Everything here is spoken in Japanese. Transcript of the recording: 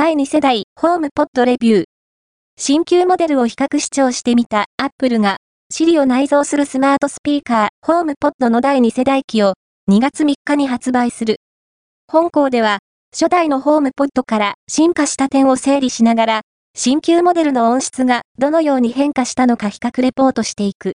第2世代ホームポッドレビュー。新旧モデルを比較視聴してみたアップルが Siri を内蔵するスマートスピーカーホームポッドの第2世代機を2月3日に発売する。本校では初代のホームポッドから進化した点を整理しながら新旧モデルの音質がどのように変化したのか比較レポートしていく。